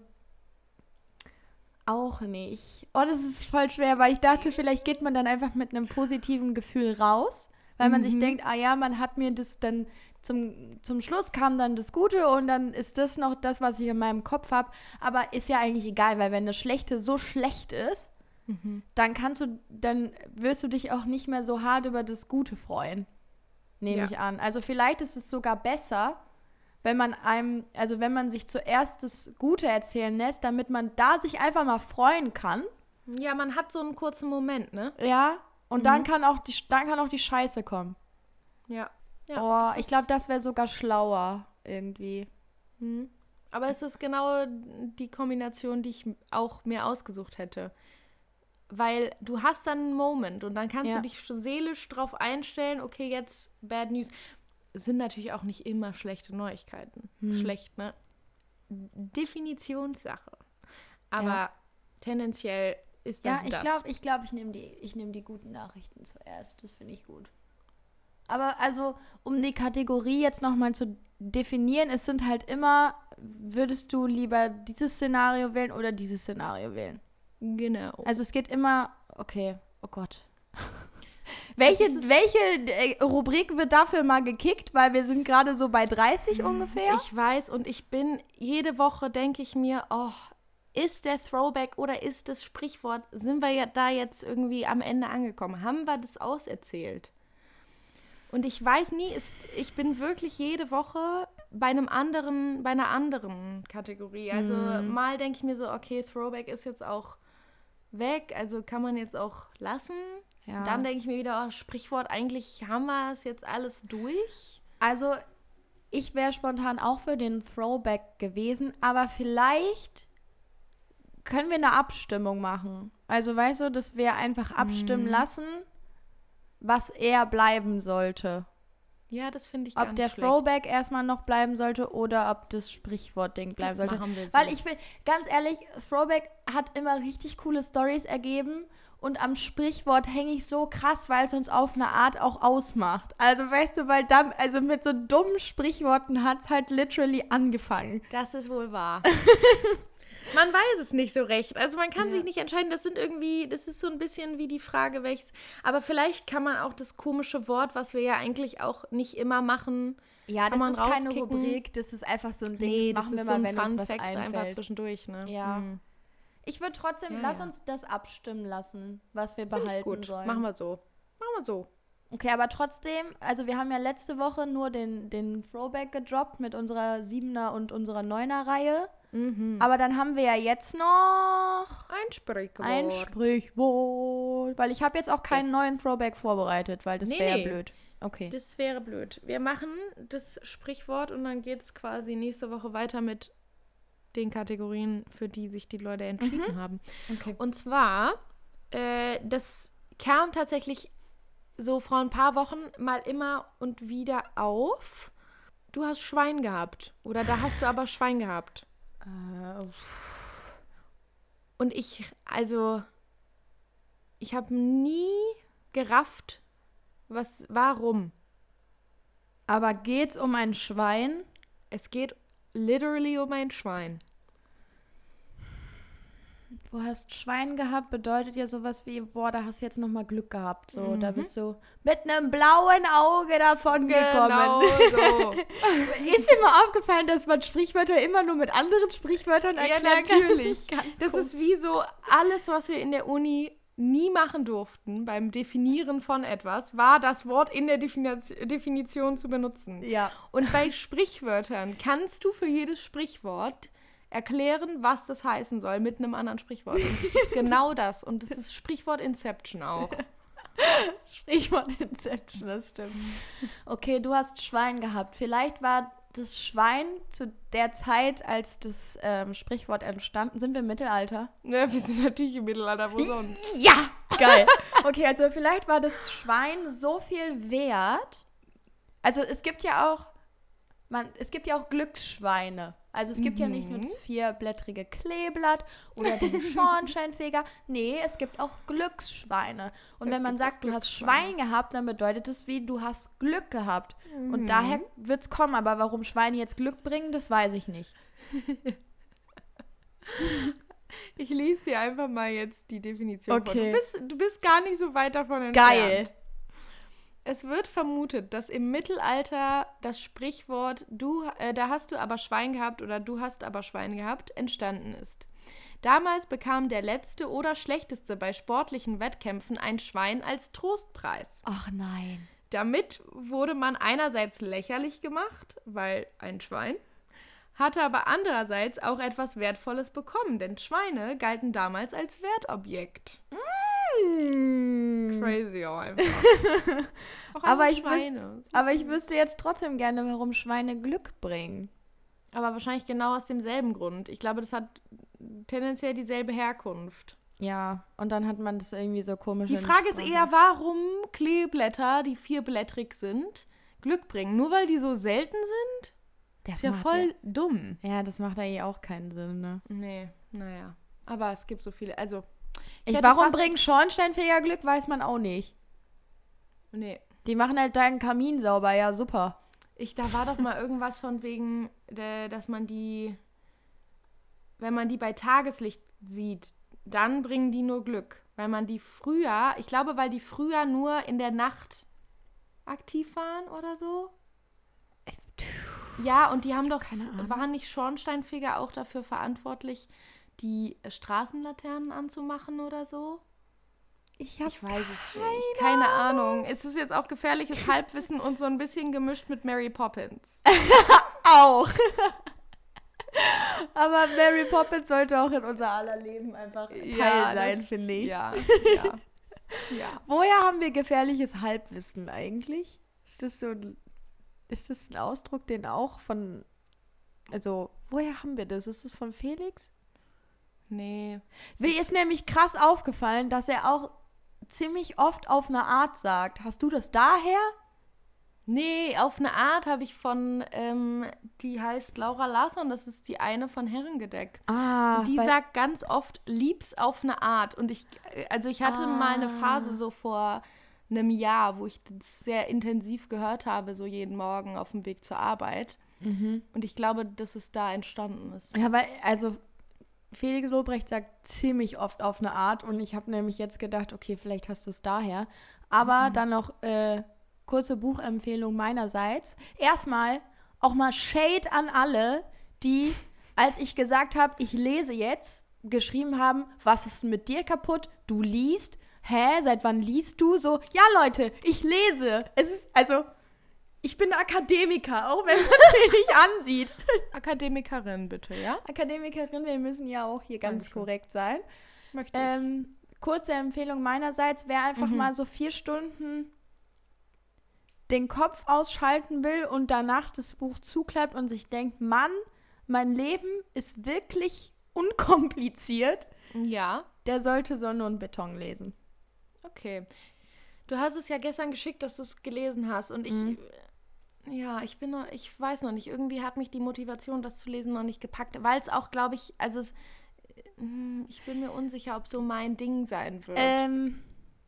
auch nicht. Oh, das ist voll schwer, weil ich dachte, vielleicht geht man dann einfach mit einem positiven Gefühl raus, weil man sich denkt, ah ja, man hat mir das dann zum, zum Schluss kam dann das Gute und dann ist das noch das, was ich in meinem Kopf habe. Aber ist ja eigentlich egal, weil wenn das Schlechte so schlecht ist, dann kannst du, dann wirst du dich auch nicht mehr so hart über das Gute freuen. Nehme Ja. ich an. Also vielleicht ist es sogar besser, wenn man einem, also wenn man sich zuerst das Gute erzählen lässt, damit man da sich einfach mal freuen kann. Ja, man hat so einen kurzen Moment, ne? Ja. Und dann kann auch die, dann kann auch die Scheiße kommen. Ja. ja oh, das ich ist- glaube, das wäre sogar schlauer irgendwie. Mhm. Aber es ist genau die Kombination, die ich auch mir ausgesucht hätte. Weil du hast dann einen Moment und dann kannst Ja. du dich schon seelisch drauf einstellen, okay, jetzt Bad News. Es sind natürlich auch nicht immer schlechte Neuigkeiten. Hm. Schlecht, ne? Definitionssache. Aber Ja. tendenziell ist das Ja, ich das. glaube, ich, glaub, ich nehme die, ich nehm die guten Nachrichten zuerst. Das finde ich gut. Aber also, um die Kategorie jetzt nochmal zu definieren, es sind halt immer, würdest du lieber dieses Szenario wählen oder dieses Szenario wählen? Genau. Also es geht immer, okay, oh Gott. welche welche äh, Rubrik wird dafür mal gekickt? Weil wir sind gerade so bei dreißig ungefähr. Ich weiß und ich bin, jede Woche denke ich mir, oh, ist der Throwback oder ist das Sprichwort, sind wir ja da jetzt irgendwie am Ende angekommen? Haben wir das auserzählt? Und ich weiß nie, ist, ich bin wirklich jede Woche bei einem anderen, bei einer anderen Kategorie. Also mm. mal denke ich mir so, okay, Throwback ist jetzt auch weg, also kann man jetzt auch lassen. Ja. Dann denke ich mir wieder, oh, Sprichwort, eigentlich haben wir es jetzt alles durch. Also ich wäre spontan auch für den Throwback gewesen, aber vielleicht können wir eine Abstimmung machen. Also weißt du, dass wir einfach abstimmen mm. lassen, was eher bleiben sollte. Ja, das finde ich ob ganz der schlecht. Throwback erstmal noch bleiben sollte oder ob das Sprichwort-Ding bleiben das sollte. Machen wir so. Weil ich will, ganz ehrlich, Throwback hat immer richtig coole Storys ergeben und am Sprichwort hänge ich so krass, weil es uns auf eine Art auch ausmacht. Also weißt du, weil dann, also mit so dummen Sprichworten hat es halt literally angefangen. Das ist wohl wahr. Man weiß es nicht so recht. Also man kann ja. sich nicht entscheiden. Das sind irgendwie, das ist so ein bisschen wie die Frage, welches. Aber vielleicht kann man auch das komische Wort, was wir ja eigentlich auch nicht immer machen. Ja, das man ist keine Rubrik. Das ist einfach so ein Ding. Nee, das machen das wir so mal, wenn Fun uns was Fact einfällt. Einfach zwischendurch, ne? Ja. Hm. Ich würde trotzdem, ja, lass ja. uns das abstimmen lassen, was wir Find behalten gut. sollen. Machen wir so. Machen wir so. Okay, aber trotzdem, also wir haben ja letzte Woche nur den, den Throwback gedroppt mit unserer Siebener und unserer Neuner Reihe. Mhm. Aber dann haben wir ja jetzt noch ein Sprichwort. Ein Sprichwort. Weil ich habe jetzt auch keinen das neuen Throwback vorbereitet, weil das nee, wäre nee. blöd. Okay. Das wäre blöd. Wir machen das Sprichwort und dann geht es quasi nächste Woche weiter mit den Kategorien, für die sich die Leute entschieden mhm. haben. Okay. Und zwar, äh, das kam tatsächlich so vor ein paar Wochen mal immer und wieder auf. Du hast Schwein gehabt. Oder da hast du aber Schwein gehabt. Uh, und ich, also, ich habe nie gerafft, was, warum. Aber geht's um ein Schwein? Es geht literally um ein Schwein. Du hast Schwein gehabt, bedeutet ja sowas wie, boah, da hast du jetzt nochmal Glück gehabt. So, mhm. Da bist du mit einem blauen Auge davon gekommen. Genau so. Ist dir mal aufgefallen, dass man Sprichwörter immer nur mit anderen Sprichwörtern erklären ja, natürlich. kann? Das komisch. Ist wie so alles, was wir in der Uni nie machen durften beim Definieren von etwas, war das Wort in der Defini- Definition zu benutzen. Ja. Und bei Sprichwörtern kannst du für jedes Sprichwort erklären, was das heißen soll, mit einem anderen Sprichwort. Und das ist genau das. Und das ist Sprichwort Inception auch. Sprichwort Inception, das stimmt. Okay, du hast Schwein gehabt. Vielleicht war das Schwein zu der Zeit, als das ähm, Sprichwort entstanden, sind wir im Mittelalter? Ja, wir sind natürlich im Mittelalter, wo sonst? Ja! Geil. Okay, also vielleicht war das Schwein so viel wert. Also es gibt ja auch, man, es gibt ja auch Glücksschweine. Also es gibt mhm. ja nicht nur das vierblättrige Kleeblatt oder den Schornsteinfeger. Nee, es gibt auch Glücksschweine. Und es wenn man sagt, du hast Schwein gehabt, dann bedeutet es wie, du hast Glück gehabt. Mhm. Und daher wird es kommen. Aber warum Schweine jetzt Glück bringen, das weiß ich nicht. Ich lese dir einfach mal jetzt die Definition okay. vor. Du bist, du bist gar nicht so weit davon entfernt. Geil. Es wird vermutet, dass im Mittelalter das Sprichwort du, äh, da hast du aber Schwein gehabt oder du hast aber Schwein gehabt entstanden ist. Damals bekam der Letzte oder Schlechteste bei sportlichen Wettkämpfen ein Schwein als Trostpreis. Ach nein. Damit wurde man einerseits lächerlich gemacht, weil ein Schwein, hatte aber andererseits auch etwas Wertvolles bekommen, denn Schweine galten damals als Wertobjekt. Mm. Crazy auch einfach. Auch aber, ich Schweine. wüs- aber ich wüsste jetzt trotzdem gerne, warum Schweine Glück bringen. Aber wahrscheinlich genau aus demselben Grund. Ich glaube, das hat tendenziell dieselbe Herkunft. Ja, und dann hat man das irgendwie so komisch. Die Frage ist eher, warum Kleeblätter, die vierblättrig sind, Glück bringen. Nur weil die so selten sind? Das ist ja voll ja. dumm. Ja, das macht ja eh auch keinen Sinn, ne? Nee, naja. Aber es gibt so viele, also... Ich, warum bringen Schornsteinfeger Glück, weiß man auch nicht. Nee. Die machen halt deinen Kamin sauber, ja, super. Ich, da war doch mal irgendwas von wegen, äh, dass man die, wenn man die bei Tageslicht sieht, dann bringen die nur Glück. Weil man die früher, ich glaube, weil die früher nur in der Nacht aktiv waren oder so. Ja, und die haben doch, waren nicht Schornsteinfeger auch dafür verantwortlich, die Straßenlaternen anzumachen oder so? Ich, hab ich weiß es nicht. Keine Ahnung. Es ist jetzt auch gefährliches Halbwissen und so ein bisschen gemischt mit Mary Poppins. Auch. Aber Mary Poppins sollte auch in unser aller Leben einfach Teil ja, sein, finde ich. Ja, ja, ja. Woher haben wir gefährliches Halbwissen eigentlich? Ist das so ein, ist das ein Ausdruck, den auch von, also, woher haben wir das? Ist das von Felix? Nee. Mir ist nämlich krass aufgefallen, dass er auch ziemlich oft auf eine Art sagt. Hast du das daher? Nee, auf eine Art habe ich von, ähm, die heißt Laura Larsson, das ist die eine von Herrengedeck. Ah. Die sagt ganz oft, lieb's auf eine Art. Und ich, also ich hatte ah. mal eine Phase so vor einem Jahr, wo ich das sehr intensiv gehört habe, so jeden Morgen auf dem Weg zur Arbeit. Mhm. Und ich glaube, dass es da entstanden ist. Ja, weil, also Felix Lobrecht sagt ziemlich oft auf eine Art und ich habe nämlich jetzt gedacht, okay, vielleicht hast du es daher. Aber mhm. dann noch äh, kurze Buchempfehlung meinerseits. Erstmal auch mal Shade an alle, die, als ich gesagt habe, ich lese jetzt, geschrieben haben, was ist mit dir kaputt? Du liest. Hä? Seit wann liest du? So, ja Leute, ich lese. Es ist, also, ich bin Akademiker, auch wenn man es nicht ansieht. Akademikerin bitte, ja? Akademikerin, wir müssen ja auch hier ganz Dankeschön. korrekt sein. Möchte ich. Ähm, kurze Empfehlung meinerseits, wer einfach Mhm. mal so vier Stunden den Kopf ausschalten will und danach das Buch zuklappt und sich denkt, Mann, mein Leben ist wirklich unkompliziert, Ja. der sollte Sonne und Beton lesen. Okay. Du hast es ja gestern geschickt, dass du es gelesen hast und ich, Mhm. ja, ich bin noch, ich weiß noch nicht, irgendwie hat mich die Motivation, das zu lesen, noch nicht gepackt, weil es auch, glaube ich, also es, ich bin mir unsicher, ob so mein Ding sein wird. Ähm,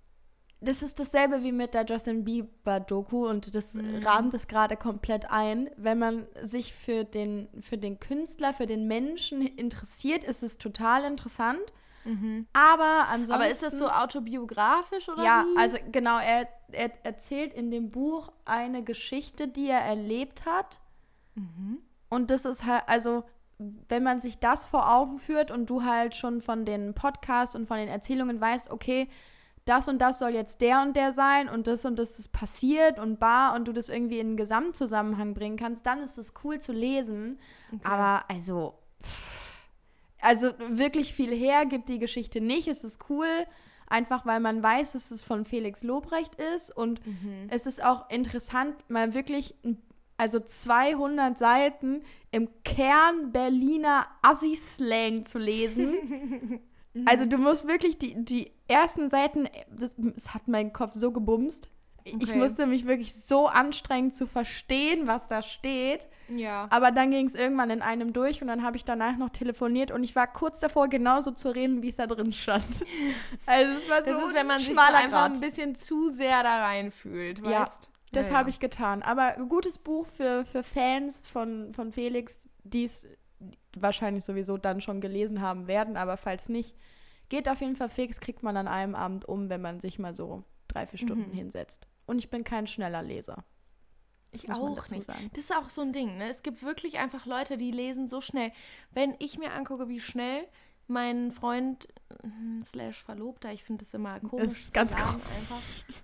das ist dasselbe wie mit der Justin Bieber-Doku und das Mhm. rahmt es gerade komplett ein. Wenn man sich für den, für den Künstler, für den Menschen interessiert, ist es total interessant. Mhm. Aber ansonsten... Aber ist das so autobiografisch oder Ja, wie? also genau, er, er erzählt in dem Buch eine Geschichte, die er erlebt hat. Mhm. Und das ist halt, also wenn man sich das vor Augen führt und du halt schon von den Podcasts und von den Erzählungen weißt, okay, das und das soll jetzt der und der sein und das und das ist passiert und bar und du das irgendwie in einen Gesamtzusammenhang bringen kannst, dann ist es cool zu lesen. Okay. Aber also, pff, also wirklich viel her gibt die Geschichte nicht. Es ist cool, einfach weil man weiß, dass es von Felix Lobrecht ist und Mhm. es ist auch interessant, mal wirklich ein also zweihundert Seiten im Kern Berliner Assi-Slang zu lesen. Also du musst wirklich die, die ersten Seiten, das, das hat meinen Kopf so gebumst. Ich Okay. musste mich wirklich so anstrengen zu verstehen, was da steht. Ja. Aber dann ging es irgendwann in einem durch und dann habe ich danach noch telefoniert und ich war kurz davor, genauso zu reden, wie es da drin stand. Also es war so Das ist, wenn man sich so schmaler einfach Grat. ein bisschen zu sehr da reinfühlt, Ja. weißt? Das Ja, ja. habe ich getan. Aber ein gutes Buch für, für Fans von, von Felix, die es wahrscheinlich sowieso dann schon gelesen haben werden. Aber falls nicht, geht auf jeden Fall fix, kriegt man an einem Abend um, wenn man sich mal so drei, vier Stunden Mhm. hinsetzt. Und ich bin kein schneller Leser. Ich muss man auch dazu nicht. sagen. Das ist auch so ein Ding, ne? Es gibt wirklich einfach Leute, die lesen so schnell. Wenn ich mir angucke, wie schnell mein Freund äh, slash Verlobter, ich finde das immer komisch ist ganz zu sagen, komisch. einfach.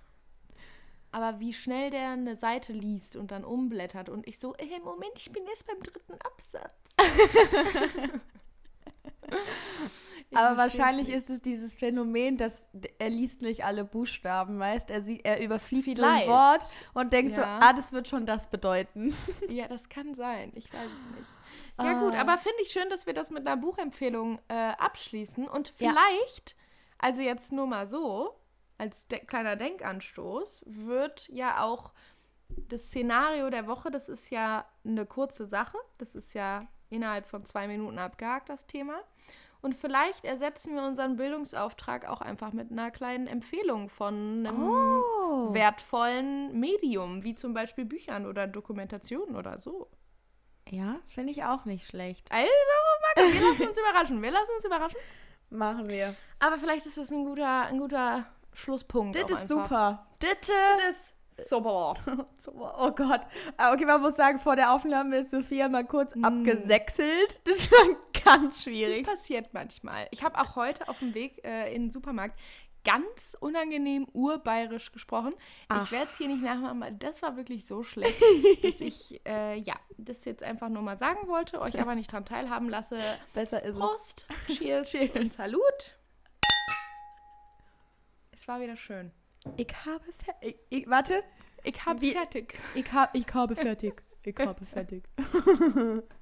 Aber wie schnell der eine Seite liest und dann umblättert und ich so, hey, Moment, ich bin erst beim dritten Absatz. Ich Aber versteh's wahrscheinlich nicht. ist es dieses Phänomen, dass d- er liest nicht alle Buchstaben, weißt er, sie- er überfliegt Vielleicht. so ein Wort und denkt so, Ja. ah, das wird schon das bedeuten. Ja, das kann sein. Ich weiß es nicht. Ja, Ah. gut, aber finde ich schön, dass wir das mit einer Buchempfehlung äh, abschließen. Und Ja. vielleicht, also jetzt nur mal so, als de- kleiner Denkanstoß, wird ja auch das Szenario der Woche, das ist ja eine kurze Sache. Das ist ja innerhalb von zwei Minuten abgehakt, das Thema. Und vielleicht ersetzen wir unseren Bildungsauftrag auch einfach mit einer kleinen Empfehlung von einem Oh. Oh. wertvollen Medium, wie zum Beispiel Büchern oder Dokumentationen oder so. Ja, finde ich auch nicht schlecht. Also, Marco, wir lassen uns überraschen. Wir lassen uns überraschen. Machen wir. Aber vielleicht ist das ein guter, ein guter Schlusspunkt. Das auch ist einfach. super. Das ist super. super. Oh Gott. Aber okay, man muss sagen, vor der Aufnahme ist Sophia mal kurz Mm. abgesächselt. Das war ganz Das schwierig. passiert manchmal. Ich habe auch heute auf dem Weg äh, in den Supermarkt ganz unangenehm urbayerisch gesprochen. Ach. Ich werde es hier nicht nachmachen, aber das war wirklich so schlecht, dass ich äh, ja, das jetzt einfach nur mal sagen wollte, euch aber nicht dran teilhaben lasse. Besser ist Prost, Cheers, Cheers. und Salut. Es war wieder schön. es. Ich habe fertig. Ich, ich, warte. Ich habe Wie- fertig. Ich, hab, ich habe fertig. Ich habe fertig.